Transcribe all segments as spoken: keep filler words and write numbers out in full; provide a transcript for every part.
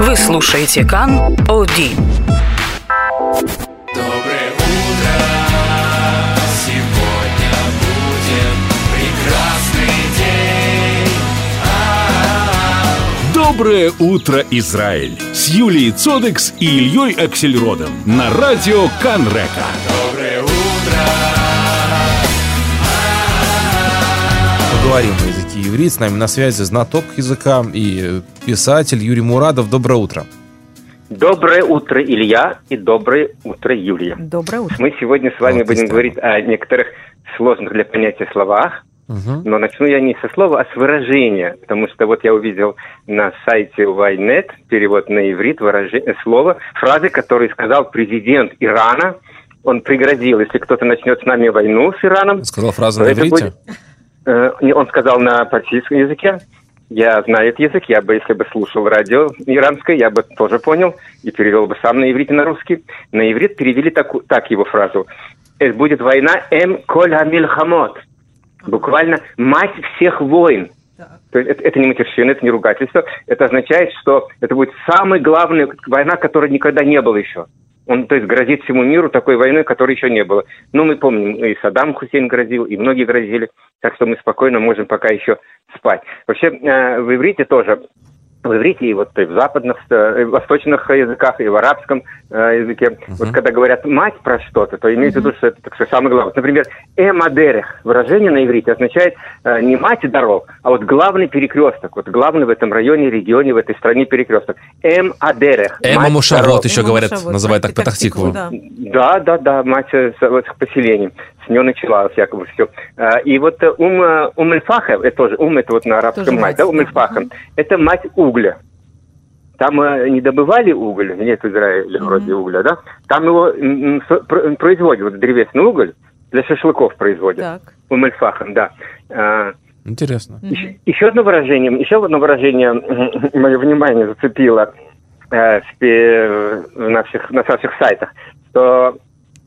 Вы слушаете Кан Оди. Доброе утро, сегодня будет прекрасный день. А-а-а. Доброе утро, Израиль! С Юлией Цодекс и Ильей Аксельродом на радио Кан-Река. Доброе утро. Поговорим на языке иврит. С нами на связи знаток языка и писатель Юрий Мурадов. Доброе утро. Доброе утро, Илья, и доброе утро, Юлия. Доброе утро. Мы сегодня с вами Вот будем и говорить о некоторых сложных для понятия словах, Угу. но начну я не со слова, а с выражения, потому что вот я увидел на сайте Вайнет перевод на иврит, выражение, слово, фразы, которые сказал президент Ирана. Он пригрозил, если кто-то начнет с нами войну с Ираном. Сказал фразу то на это иврите? будет- э, не, он сказал на парсийском языке. Я знаю этот язык, я бы, если бы слушал радио иранское, я бы тоже понял и перевел бы сам на иврите, на русский. На иврит перевели так, так его фразу. Это будет война эм коль хамильхамот. Буквально мать всех войн. То есть это, это не матерщина, это не ругательство. Это означает, что это будет самая главная война, которой никогда не было еще. Он, то есть, грозит всему миру такой войной, которой еще не было. Ну, мы помним, и Саддам Хусейн грозил, и многие грозили. Так что мы спокойно можем пока еще спать. Вообще, э, в иврите тоже, в иврите и вот и в западных, э, в восточных языках, и в арабском э, языке, uh-huh. вот когда говорят «мать» про что-то, то имеется в виду, что это так, что самое главное. Например, «эм-адерех» выражение на иврите означает э, не «мать дорог», а вот главный перекресток, вот главный в этом районе, регионе, в этой стране перекресток. «Эм-адерех». Эма Мушавот еще Эма говорят, Мушавот, называют мать так Петах-Тикву. да. Да, да, да, мать э, с- этих поселений. С нее началось якобы все. И вот э, ум, э, Ум-эль-Фахем, это тоже ум, это вот на арабском Тоже мать, мать, да, да. Ум-эль-Фахем, это мать угля. Там э, не добывали уголь, нет в Израиле вроде угля, да? Там его м, м, со- пр- производят, вот древесный уголь для шашлыков производят. Так. Ум-эль-Фахем, да. А, Интересно. еще, еще одно выражение, еще одно выражение м, мое внимание зацепило э, в, пе- в наших, на наших сайтах, что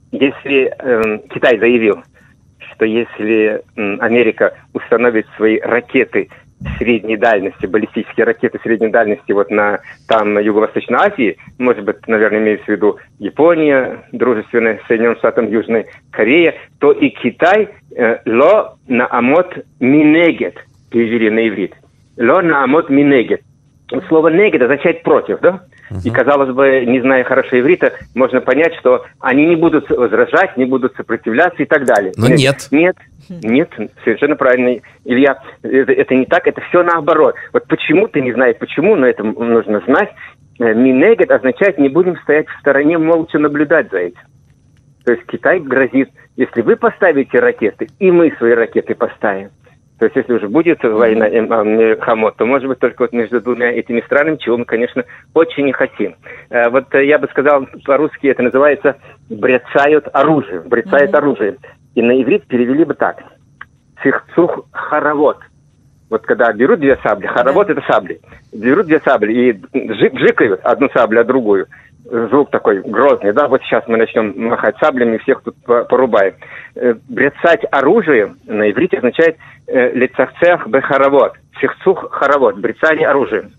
если э, Китай заявил, что если м, Америка установит свои ракеты средней дальности, баллистические ракеты средней дальности вот на там на Юго-Восточной Азии, может быть, наверное, имеется в виду Япония, дружественная с Соединенным Штатам Южной Корея, то и Китай э, ло наамот минегет перевели на иврит. Ло наамот минегет. Слово негет означает против, да? Uh-huh. И, казалось бы, не зная хорошо иврита, можно понять, что они не будут возражать, не будут сопротивляться и так далее. Но нет. Нет, нет, совершенно правильно, Илья. Это, это не так, это все наоборот. Вот почему-то, не знаю почему, но это нужно знать. Минегет означает, не будем стоять в стороне, молча наблюдать за этим. То есть Китай грозит, если вы поставите ракеты, и мы свои ракеты поставим. То есть, если уже будет война Хамот, то, может быть, только вот между двумя этими странами, чего мы, конечно, очень не хотим. Вот я бы сказал, по-русски это называется «брецают оружие», «брецают mm-hmm. оружие». И на иврит перевели бы так. «Цихцух харавот». Вот когда берут две сабли, харавот yeah. – это сабли. Берут две сабли и жик- жикают одну саблю, а другую. Звук такой грозный, да, вот сейчас мы начнем махать саблями, всех тут порубаем. Брецать оружие на иврите означает лецахцех бехаравот, цихцух харавот, брецание оружием.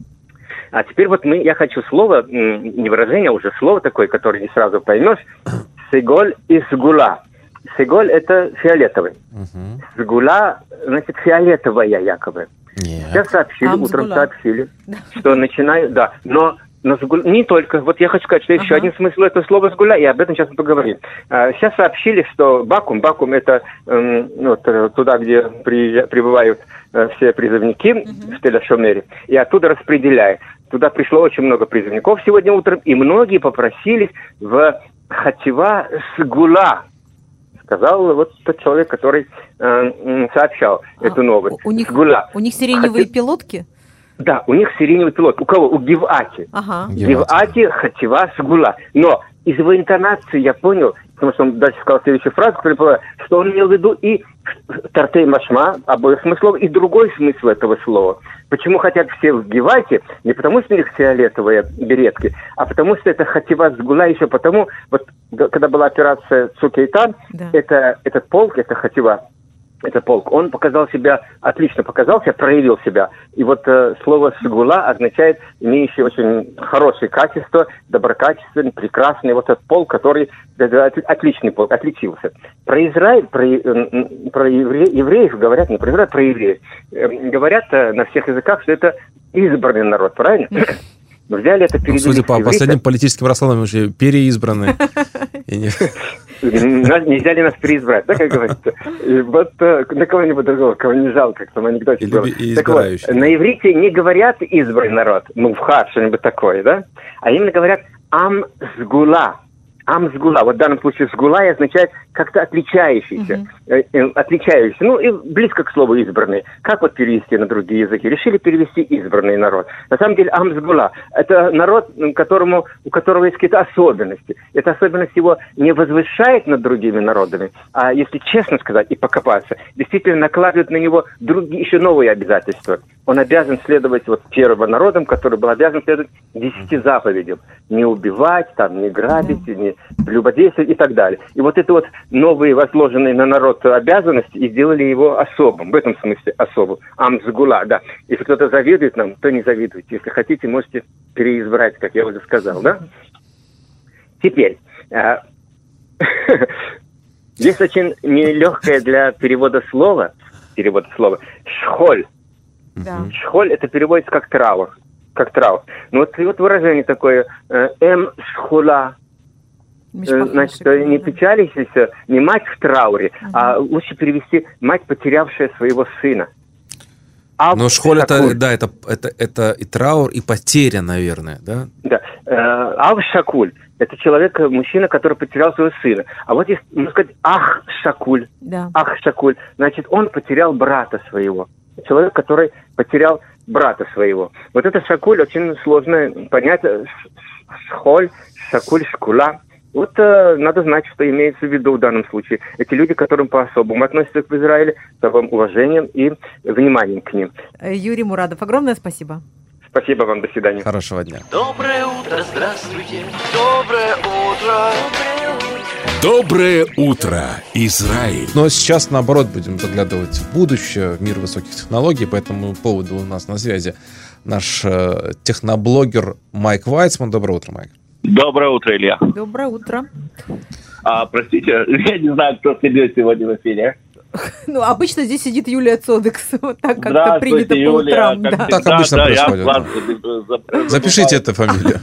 А теперь вот мы, я хочу слово, не выражение, а уже слово такое, которое не сразу поймешь, сеголь и сгула. Сеголь – это фиолетовый. Uh-huh. Сгула, значит, фиолетовая якобы. Нет. Сейчас сообщили, Ам утром сгула. сообщили, что начинаю, да, но Но сгуля... не только. Вот я хочу сказать, что есть ага. еще один смысл этого слова «сгуля», и об этом сейчас мы поговорим. А, сейчас сообщили, что Бакум, Бакум это эм, ну, туда, где приезжа... прибывают э, все призывники uh-huh. в Тель-Шомере, и оттуда распределяют. Туда пришло очень много призывников сегодня утром, и многие попросились в Хатива сгула. Сказал вот тот человек, который э, сообщал а, эту новость. У них, сгула. У них сиреневые Хати... пилотки? Да, у них сиреневый пилот. У кого? У Гивати. Ага. Гивати, Хатива, Сгула. Но из его интонации я понял, потому что он дальше сказал следующую фразу, что он имел в виду и тартей машма, обоих смыслов, и другой смысл этого слова. Почему хотят все в Гивати? Не потому, что у них фиолетовые беретки, а потому, что это Хатива Сгула еще потому, вот когда была операция Цукейтан, да. это, этот полк, это Хатива, этот полк, он показал себя, отлично показал себя, проявил себя. И вот э, слово «сгула» означает имеющий очень хорошие качества, доброкачественный, прекрасный. Вот этот полк, который это, отличный полк, отличился. Про Израиль, про, э, про евре, евреев говорят, не про Израиль, про евреев. Э, говорят э, на всех языках, что это избранный народ, правильно? Но взяли это, перевели. Ну, судя по последним политическим раскладам, уже переизбранные. Нельзя ли нас переизбрать, да, как говорится? И вот на кого-нибудь другого, кого не жалко, как в том анекдоте было. Так вот, на иврите не говорят избранный народ, ну, в хат, что-нибудь такое, да? А именно говорят ам сгула. Ам сгула. Вот в данном случае сгула означает как-то отличающийся. Uh-huh. Отличающийся. Ну, и близко к слову избранный. Как вот перевести на другие языки? Решили перевести избранный народ. На самом деле ам сгула – это народ, которому, у которого есть какие-то особенности. Эта особенность его не возвышает над другими народами, а, если честно сказать и покопаться, действительно накладывает на него другие, еще новые обязательства. Он обязан следовать вот первым народом, который был обязан следовать десяти заповедям. Не убивать, там, не грабить, не прелюбодействовать и так далее. И вот это вот новые возложенные на народ обязанности и сделали его особым. В этом смысле особым. Ам сгула, да. Если кто-то завидует нам, то не завидуйте. Если хотите, можете переизбрать, как я уже сказал, да? Теперь. Здесь очень нелегкое для перевода слова, перевода слова, шхоль. Да. Шхоль это переводится как траур, как траур. Ну вот, и вот выражение такое эм шхула, значит, не печалящаяся, не мать в трауре, угу. а лучше перевести мать, потерявшая своего сына. Ав Но шхоль это, да, это, это, это и траур, и потеря, наверное, да? Да. Ав шакуль это человек, мужчина, который потерял своего сына. А вот если, можно сказать, ах шакуль, да. ах шакуль, значит, он потерял брата своего. Человек, который потерял брата своего. Вот это шакуль очень сложно понять. Шхоль, шакуль, шкула. Вот э, надо знать, что имеется в виду в данном случае. Эти люди, к которым по-особому относятся к Израилю, с особым уважением и вниманием к ним. Юрий Мурадов, огромное спасибо. Спасибо вам, до свидания. Хорошего дня. Доброе утро, здравствуйте. Доброе утро. Доброе утро, Израиль! Но сейчас, наоборот, будем заглядывать в будущее, в мир высоких технологий. По этому поводу у нас на связи наш э, техноблогер Майк Вайцман. Доброе утро, Майк. Доброе утро, Илья. Доброе утро. А, простите, я не знаю, кто сидит сегодня в эфире. Ну, обычно здесь сидит Юлия Цодекс, вот так как-то принято по утрам. Как да. Так обычно да, происходит. Вас... Запишите эту фамилию.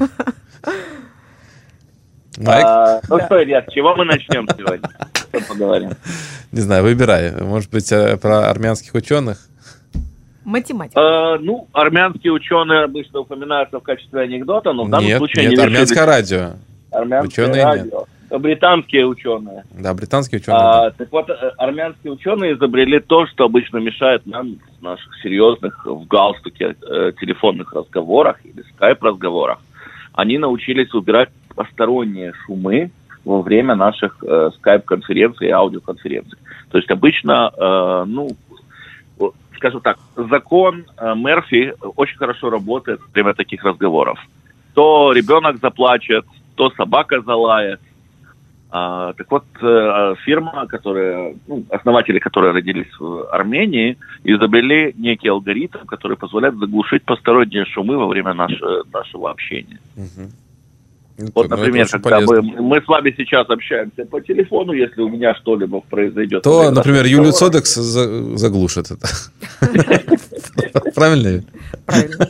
Майк? А, ну да. Что, Илья, с чего мы начнем сегодня? Что поговорим? Не знаю, выбирай. Может быть, про армянских ученых? Математика. А, ну, армянские ученые обычно упоминаются в качестве анекдота, но в данном нет, случае... Нет, не армянское радио. Армянское ученые радио. Нет. Британские ученые. Да, британские ученые. А, так вот, армянские ученые изобрели то, что обычно мешает нам в наших серьезных, в галстуке, э, телефонных разговорах или скайп-разговорах. Они научились убирать посторонние шумы во время наших э, скайп-конференций и аудиоконференций. То есть обычно, э, ну, скажем так, закон э, Мерфи очень хорошо работает во время таких разговоров. То ребенок заплачет, то собака залает. А, так вот, э, фирма, которая, ну, основатели, которые родились в Армении, изобрели некий алгоритм, который позволяет заглушить посторонние шумы во время нашего, нашего общения. Угу. Вот, например, когда мы, мы с вами сейчас общаемся по телефону, если у меня что-либо произойдет... То, например, Юлию Цодекс заглушит это. Правильно? Правильно.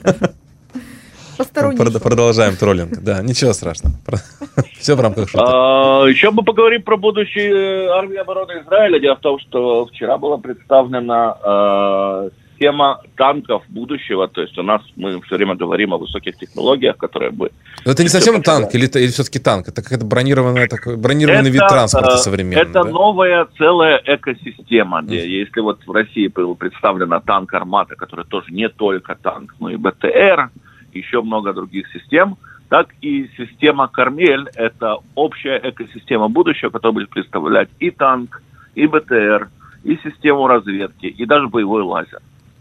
Продолжаем троллинг. Да, ничего страшного. Все в рамках шуток. Еще мы поговорим про будущее армии обороны Израиля. Дело в том, что вчера была представлена схема танков будущего. То есть у нас, мы все время говорим о высоких технологиях, которые бы... Но это не совсем танк, или, или все-таки танк? Это какая-то бронированная, такой, бронированный это, вид транспорта современный. Это да? новая целая экосистема. Где, если вот в России был представлен танк «Армата», который тоже не только танк, но и БТР, еще много других систем, так и система «Кармель» — это общая экосистема будущего, которая будет представлять и танк, и БТР, и систему разведки, и даже боевой лазер.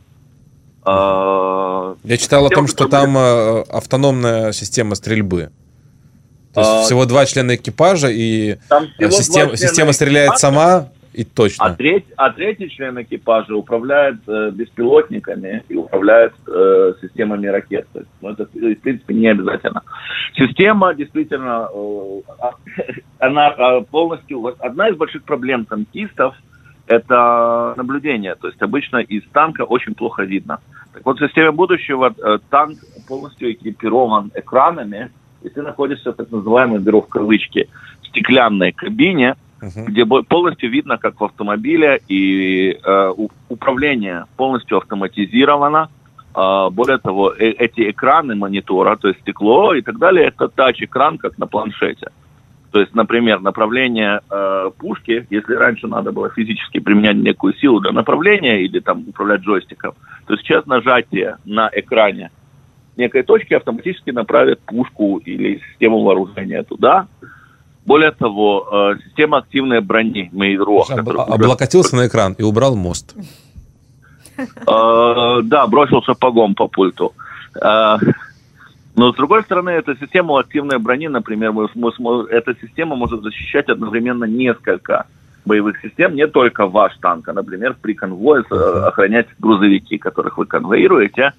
Я читал о том, что там автономная система стрельбы. То есть всего два члена экипажа, и система, система стреляет сама, и точно. А, треть, а третий член экипажа управляет э, беспилотниками и управляет э, системами ракет. То есть, ну, это, в принципе, не обязательно. Система действительно, э, она полностью... Одна из больших проблем танкистов – это наблюдение. То есть обычно из танка очень плохо видно. Так вот, в системе будущего э, танк полностью экипирован экранами, и ты находишься в так называемой, беру в кавычки, стеклянной кабине, uh-huh. где полностью видно, как в автомобиле, и э, управление полностью автоматизировано. Э, более того, э- эти экраны монитора, то есть стекло и так далее, это тач-экран, как на планшете. То есть, например, направление э, пушки, если раньше надо было физически применять некую силу для направления или там управлять джойстиком, то сейчас нажатие на экране некой точки автоматически направит пушку или систему вооружения туда. Более того, э, система активной брони Мейдрох. Об, облокотился на экран и убрал мост. Э, да, бросил сапогом по пульту. Э, но, с другой стороны, эта система активной брони, например, мы, мы, эта система может защищать одновременно несколько боевых систем, не только ваш танк, а, например, при конвое охранять грузовики, которых вы конвоируете.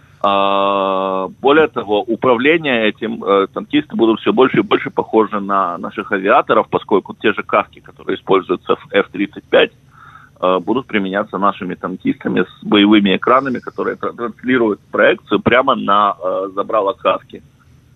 Более того, управление этим э, танкисты будут все больше и больше похожи на наших авиаторов, поскольку те же каски, которые используются в эф тридцать пять, э, будут применяться нашими танкистами с боевыми экранами, которые транслируют проекцию прямо на э, забрало каски. Э,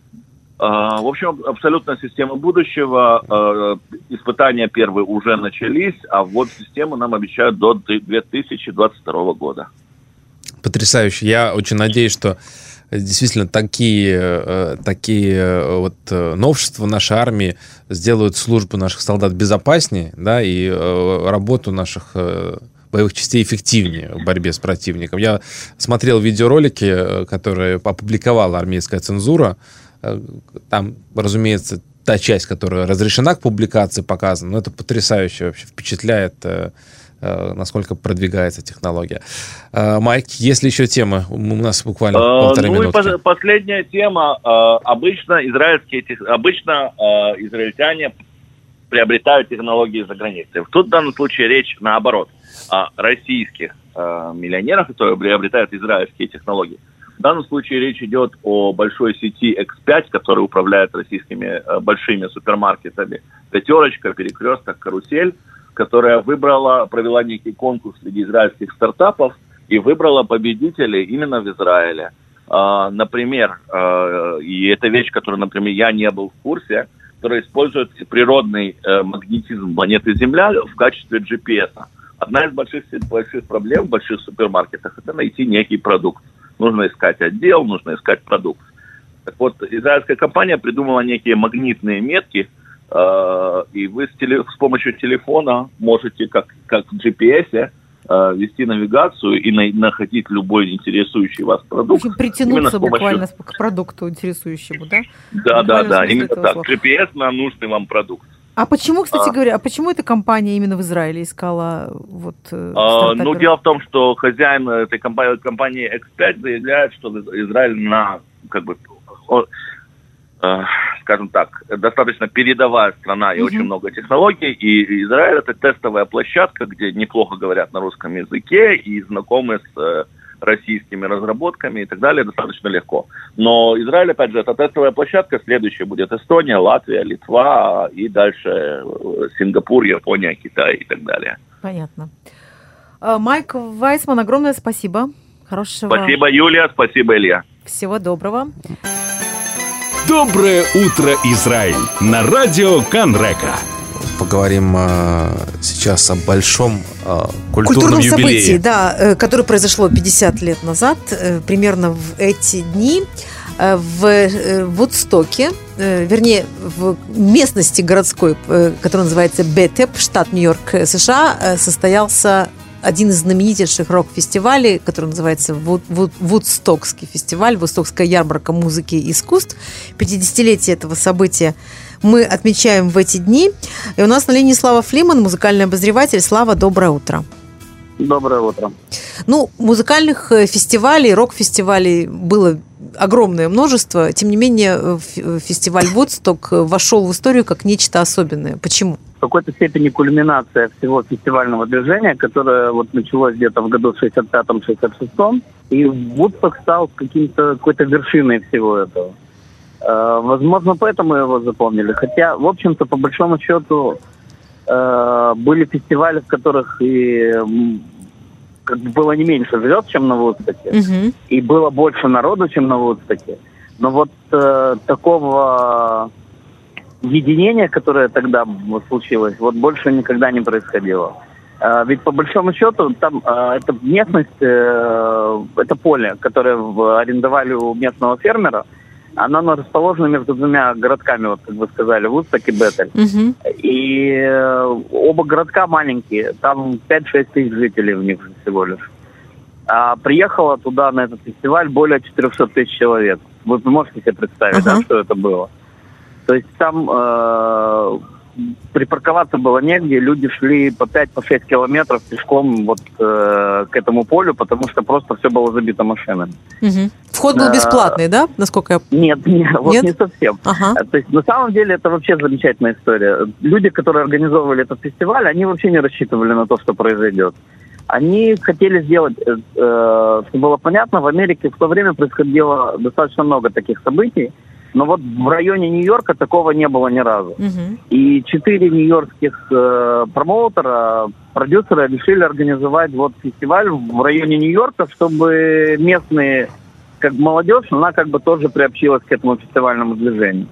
в общем, абсолютно система будущего. Э, испытания первые уже начались, а вот систему нам обещают до две тысячи двадцать второго года. Потрясающе. Я очень надеюсь, что действительно такие, такие вот новшества нашей армии сделают службу наших солдат безопаснее, да, и работу наших боевых частей эффективнее в борьбе с противником. Я смотрел видеоролики, которые опубликовала армейская цензура. Там, разумеется, та часть, которая разрешена к публикации, показана, но это потрясающе вообще впечатляет, насколько продвигается технология. Майк, есть ли еще темы? У нас буквально полторы ну минутки. Ну и последняя тема. Обычно израильские, обычно израильтяне приобретают технологии за границей. Тут в данном случае речь наоборот о российских миллионерах, которые приобретают израильские технологии. В данном случае речь идет о большой сети икс пять, которая управляет российскими большими супермаркетами. Пятерочка, Перекресток, Карусель, которая выбрала, провела некий конкурс среди израильских стартапов и выбрала победителей именно в Израиле. А, например, а, и это вещь, которую, например, я не был в курсе, которая использует природный э, магнетизм планеты Земля в качестве джи пи эс. Одна из больших, больших проблем в больших супермаркетах – это найти некий продукт. Нужно искать отдел, нужно искать продукт. Так вот, израильская компания придумала некие магнитные метки, и вы с, теле, с помощью телефона можете, как, как в джи пи эс, вести навигацию и на, находить любой интересующий вас продукт. Притянуться помощью... буквально к продукту интересующему, да? Да, да, да, именно так. Слова. джи пи эс на нужный вам продукт. А почему, кстати а. говоря, а почему эта компания именно в Израиле искала вот а, ну, дело в том, что хозяин этой компании, компании икс пять заявляет, что Израиль на, как бы, о, э, скажем так, достаточно передовая страна и mm-hmm. очень много технологий, и Израиль — это тестовая площадка, где неплохо говорят на русском языке и знакомы с э, российскими разработками и так далее достаточно легко. Но Израиль, опять же, это тестовая площадка, следующая будет Эстония, Латвия, Литва и дальше Сингапур, Япония, Китай и так далее. Понятно. Майк Вайсман, огромное спасибо. Хорошего... Спасибо, Юлия, спасибо, Илья. Всего доброго. Доброе утро, Израиль! На радио Канрека. Поговорим э, сейчас о большом э, культурном, культурном юбилее. событии, да, э, которое произошло пятьдесят лет назад, э, примерно в эти дни, э, в э, Вудстоке, э, вернее, в местности городской, э, которая называется Бетеп, штат Нью-Йорк, США, э, состоялся один из знаменитейших рок-фестивалей, который называется Вуд, Вуд, Вудстокский фестиваль, Вудстокская ярмарка музыки и искусств. пятидесятилетие этого события мы отмечаем в эти дни. И у нас на линии Слава Флиман, музыкальный обозреватель. Слава, доброе утро. Доброе утро. Ну, музыкальных фестивалей, рок-фестивалей было огромное множество. Тем не менее, фестиваль Вудсток вошел в историю как нечто особенное. Почему? В какой-то степени кульминация всего фестивального движения, которое вот началось где-то в году шестьдесят пятом — шестьдесят шестом, и Вудсток стал каким-то, какой-то вершиной всего этого. Возможно, поэтому его запомнили. Хотя, в общем-то, по большому счету, были фестивали, в которых и как бы было не меньше звезд, чем на Вудстоке, uh-huh. и было больше народу, чем на Вудстоке. Но вот э, такого единения, которое тогда случилось, вот больше никогда не происходило. Э, ведь по большому счету там э, эта местность, э, это поле, которое арендовали у местного фермера, оно расположено между двумя городками, вот как вы сказали, Вудсток и Бетель. Uh-huh. И э, оба городка маленькие, там пять-шесть тысяч жителей в них всего лишь. А приехало туда на этот фестиваль более четыреста тысяч человек. Вы можете себе представить, uh-huh. да, что это было? То есть там э, припарковаться было негде, люди шли по пять-шесть километров пешком вот э, к этому полю, потому что просто все было забито машинами. Угу. Вход был бесплатный, а, да, насколько я... Нет, нет, вот нет? не совсем. Ага. То есть на самом деле это вообще замечательная история. Люди, которые организовывали этот фестиваль, они вообще не рассчитывали на то, что произойдет. Они хотели сделать, э, чтобы было понятно, в Америке в то время происходило достаточно много таких событий, но вот в районе Нью-Йорка такого не было ни разу. Uh-huh. И четыре нью-йоркских э, промоутера, продюсера решили организовать вот фестиваль в районе Нью-Йорка, чтобы местные, как молодежь, она как бы тоже приобщилась к этому фестивальному движению.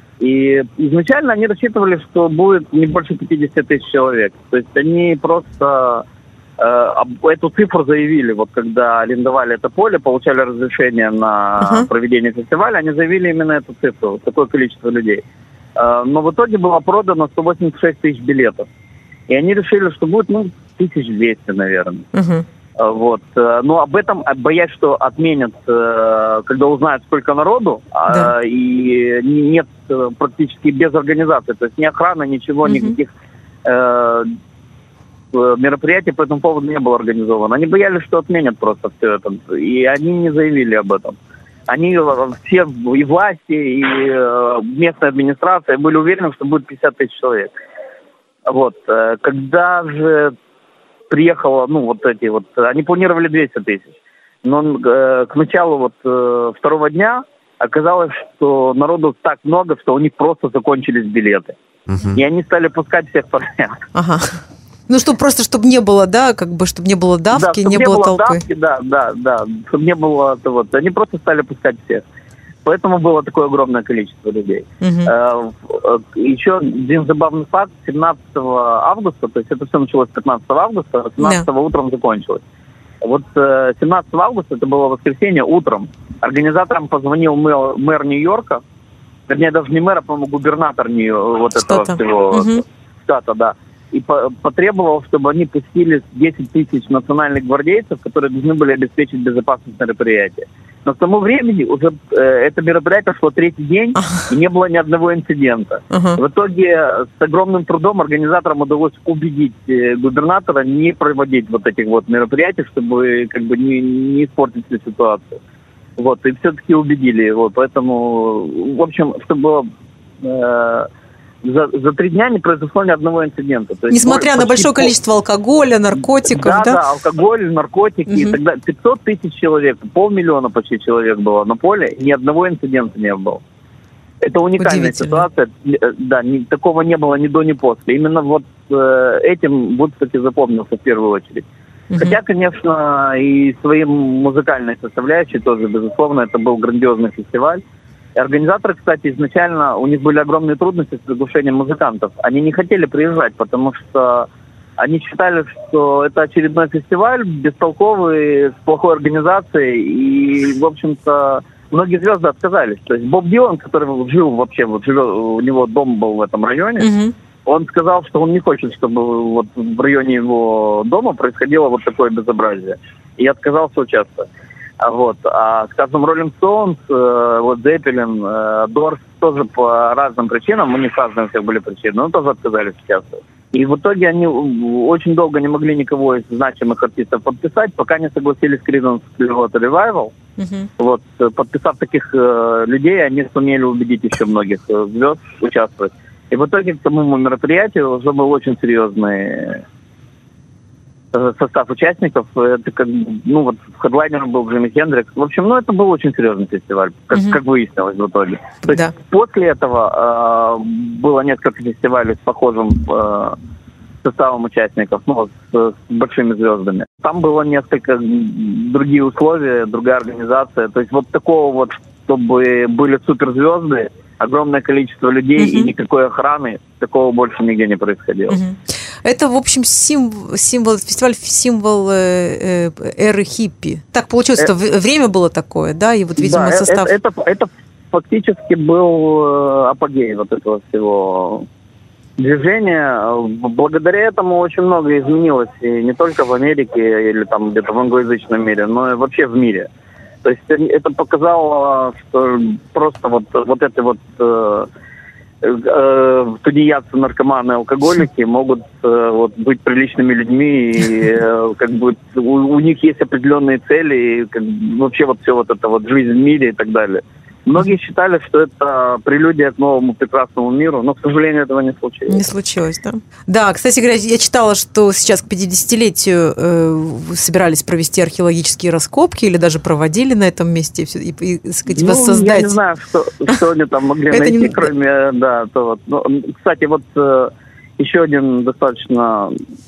И изначально они рассчитывали, что будет не больше пятьдесят тысяч человек. То есть они просто э, эту цифру заявили, вот когда арендовали это поле, получали разрешение на uh-huh. проведение фестиваля, они заявили именно эту цифру, вот такое количество людей. Э, но в итоге было продано сто восемьдесят шесть тысяч билетов. И они решили, что будет, ну, тысяч двести, наверное. Uh-huh. Э, вот. Но об этом, боясь, что отменят, э, когда узнают, сколько народу, да. э, и нет практически без организации, то есть ни охраны, ничего, uh-huh. никаких... Э, мероприятий по этому поводу не было организовано. Они боялись, что отменят просто все это. И они не заявили об этом. Они все, и власти, и местная администрация были уверены, что будет пятьдесят тысяч человек. Вот. Когда же приехало, ну, вот эти вот... Они планировали двести тысяч. Но к началу вот второго дня оказалось, что народу так много, что у них просто закончились билеты. Uh-huh. И они стали пускать всех подряд. Ага. Ну, чтобы просто, чтобы не было, да, как бы, чтобы не было давки, да, не, не было, было толпы. Давки, да, да, да, чтобы не было, вот, они просто стали пускать всех. Поэтому было такое огромное количество людей. Uh-huh. Еще один забавный факт, семнадцатого августа, то есть это все началось пятнадцатого августа, семнадцатого yeah. утром закончилось. Вот семнадцатого августа, это было воскресенье, утром, организаторам позвонил мэр, мэр Нью-Йорка, вернее, даже не мэр, а, по-моему, губернатор Нью- вот этого всего uh-huh. штата, да. И по- потребовал, чтобы они пустили десять тысяч национальных гвардейцев, которые должны были обеспечить безопасность мероприятия. Но к тому времени уже э, это мероприятие шло третий день, и не было ни одного инцидента. Uh-huh. В итоге с огромным трудом организаторам удалось убедить э, губернатора не проводить вот этих вот мероприятий, чтобы как бы не, не испортить всю ситуацию. Вот, и все-таки убедили его. Поэтому, в общем, чтобы... Э, За, за три дня не произошло ни одного инцидента. То есть несмотря на большое количество алкоголя, наркотиков, да? Да, да, алкоголь, наркотики. Угу. И тогда пятьсот тысяч человек, полмиллиона почти человек было на поле, ни одного инцидента не было. Это уникальная ситуация. Да, ни, такого не было ни до, ни после. Именно вот э, этим Вудсток запомнился в первую очередь. Угу. Хотя, конечно, и своей музыкальной составляющей тоже, безусловно, это был грандиозный фестиваль. И организаторы, кстати, изначально, у них были огромные трудности с приглашением музыкантов. Они не хотели приезжать, потому что они считали, что это очередной фестиваль, бестолковый, с плохой организацией. И, в общем-то, многие звезды отказались. То есть Боб Дилан, который жил вообще, вот живет, у него дом был в этом районе, mm-hmm. он сказал, что он не хочет, чтобы вот в районе его дома происходило вот такое безобразие. И отказался участвовать. Вот. А, скажем, Rolling Stones, вот Zeppelin, Doors тоже по разным причинам, у них разные у всех были причины, но тоже отказались участвовать. И в итоге они очень долго не могли никого из значимых артистов подписать, пока не согласились с Creedence Clearwater Revival. Uh-huh. Вот, подписав таких э, людей, они сумели убедить еще многих э, звезд участвовать. И в итоге к самому мероприятию уже был очень серьезный э, состав участников. Это как, ну вот, хедлайнером был Джимми Хендрикс. В общем, ну это был очень серьезный фестиваль, как, uh-huh. как выяснилось в итоге. То есть да. После этого э, было несколько фестивалей с похожим э, составом участников, ну, с, с большими звездами. Там было несколько другие условия, другая организация. То есть вот такого вот, чтобы были суперзвезды, огромное количество людей uh-huh. и никакой охраны, такого больше нигде не происходило. Uh-huh. Это, в общем, символ, символ фестиваль, символ э, э, эры хиппи. Так получилось, э- что время было такое, да, и вот, видимо, да, состав... Это, это, это фактически был апогей вот этого всего движения. Благодаря этому очень много изменилось, и не только в Америке или там где-то в англоязычном мире, но и вообще в мире. То есть это показало, что просто вот, вот эти вот э, э, тунеядцы, наркоманы, алкоголики могут э, вот, быть приличными людьми, и э, как бы у, у них есть определенные цели, и как, вообще вот все вот это вот жизнь в мире и так далее. Многие считали, что это прелюдия к новому прекрасному миру, но, к сожалению, этого не случилось. Не случилось, да? Да, кстати говоря, я читала, что сейчас к пятидесятилетию э, собирались провести археологические раскопки или даже проводили на этом месте и, и, и сказать, ну, воссоздать. Я не знаю, что, что они там могли найти, кроме... Да, то вот. Но, кстати, вот еще один достаточно...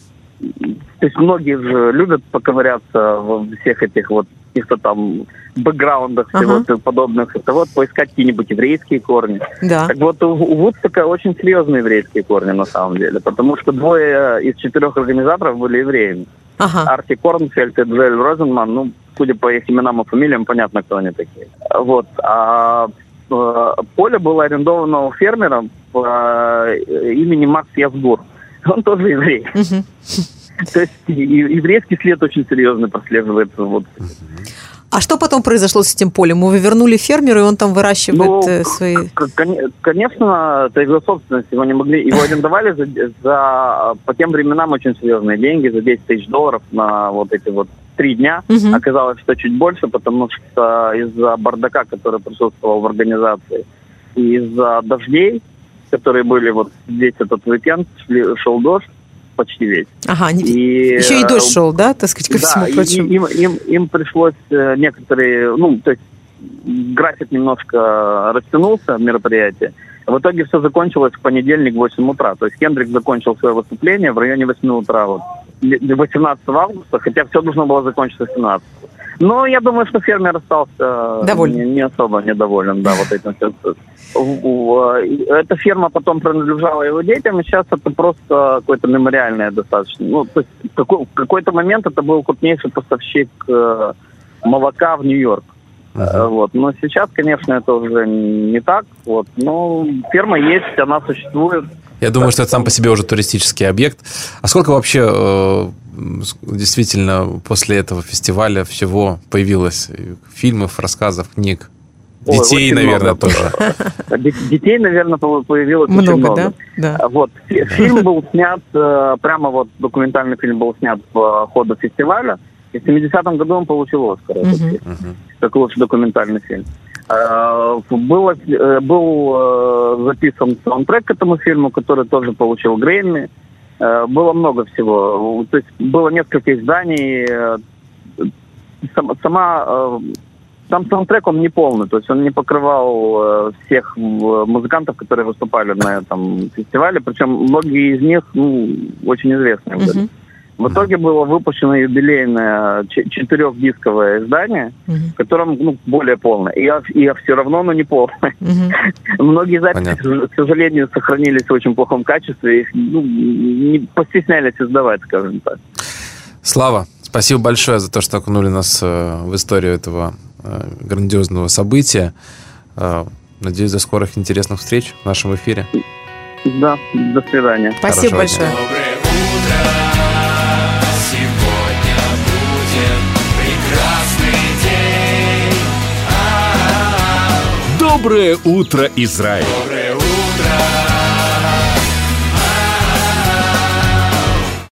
То есть многие же любят поковыряться во всех этих вот каких-то там бэкграундах всего ага. подобных. Это вот поискать какие-нибудь еврейские корни. Да. Так вот, у Вудстока очень серьезные еврейские корни на самом деле, потому что двое из четырех организаторов были евреями. Ага. Арти Корнфельд и Джоэль Розенман, ну, судя по их именам и фамилиям, понятно, кто они такие. Вот. А э, поле было арендовано у фермера по э, имени Макс Язгур. Он тоже еврей. Угу. То есть еврейский след очень серьезно прослеживается. Вот. А что потом произошло с этим полем? Вы вернули фермеру, и он там выращивает ну, свои... Конечно, это его собственность. Его не могли... Его арендовали за, за по тем временам очень серьезные деньги, за десять тысяч долларов на вот эти вот три дня. Угу. Оказалось, что чуть больше, потому что из-за бардака, который присутствовал в организации, и из-за дождей, которые были вот здесь этот уикенд, шел дождь, почти весь. Ага, и, еще и дождь шел, да, так сказать, ко да, всему прочему? Им, им, им пришлось некоторые, ну, то есть график немножко растянулся, мероприятие. В итоге все закончилось в понедельник в восемь утра. То есть Хендрикс закончил свое выступление в районе восемь утра, вот, восемнадцатого августа, хотя все должно было закончиться семнадцатого. Но я думаю, что фермер остался не, не особо недоволен, да, вот этим всем. Эта ферма потом принадлежала его детям, и сейчас это просто какое-то мемориальное достаточно. Ну, то есть в какой, в какой-то момент это был крупнейший поставщик э, молока в Нью-Йорк. Uh-huh. Вот. Но сейчас, конечно, это уже не так. Вот. Но ферма есть, она существует. Я думаю, что это сам по себе уже туристический объект. А сколько вообще э, действительно после этого фестиваля всего появилось? Фильмов, рассказов, книг? Детей, Ой, наверное, много. Тоже. Детей, наверное, появилось много, очень много. Да? Да. Вот. Фильм был снят, прямо вот документальный фильм был снят по ходу фестиваля. И в семидесятом году он получил Оскар. Uh-huh. Как лучший документальный фильм. Было, был записан саундтрек к этому фильму, который тоже получил Грэмми. Было много всего. То есть было несколько изданий. Сама... Сам саундтрек, он не полный, то есть он не покрывал э, всех музыкантов, которые выступали на этом фестивале, причем многие из них, ну, очень известные. Uh-huh. В итоге было выпущено юбилейное четырехдисковое издание, uh-huh. в котором, ну, более полное, и, и все равно, но не полное. Uh-huh. Многие записи, Понятно. К сожалению, сохранились в очень плохом качестве, их, ну, не постеснялись издавать, скажем так. Слава, спасибо большое за то, что окунули нас в историю этого грандиозного события. Надеюсь, до скорых интересных встреч в нашем эфире. Да, до свидания. Спасибо Хорошего большое. Дня. Доброе утро. Сегодня будет прекрасный день. А-а-а. Доброе утро, Израиль. Доброе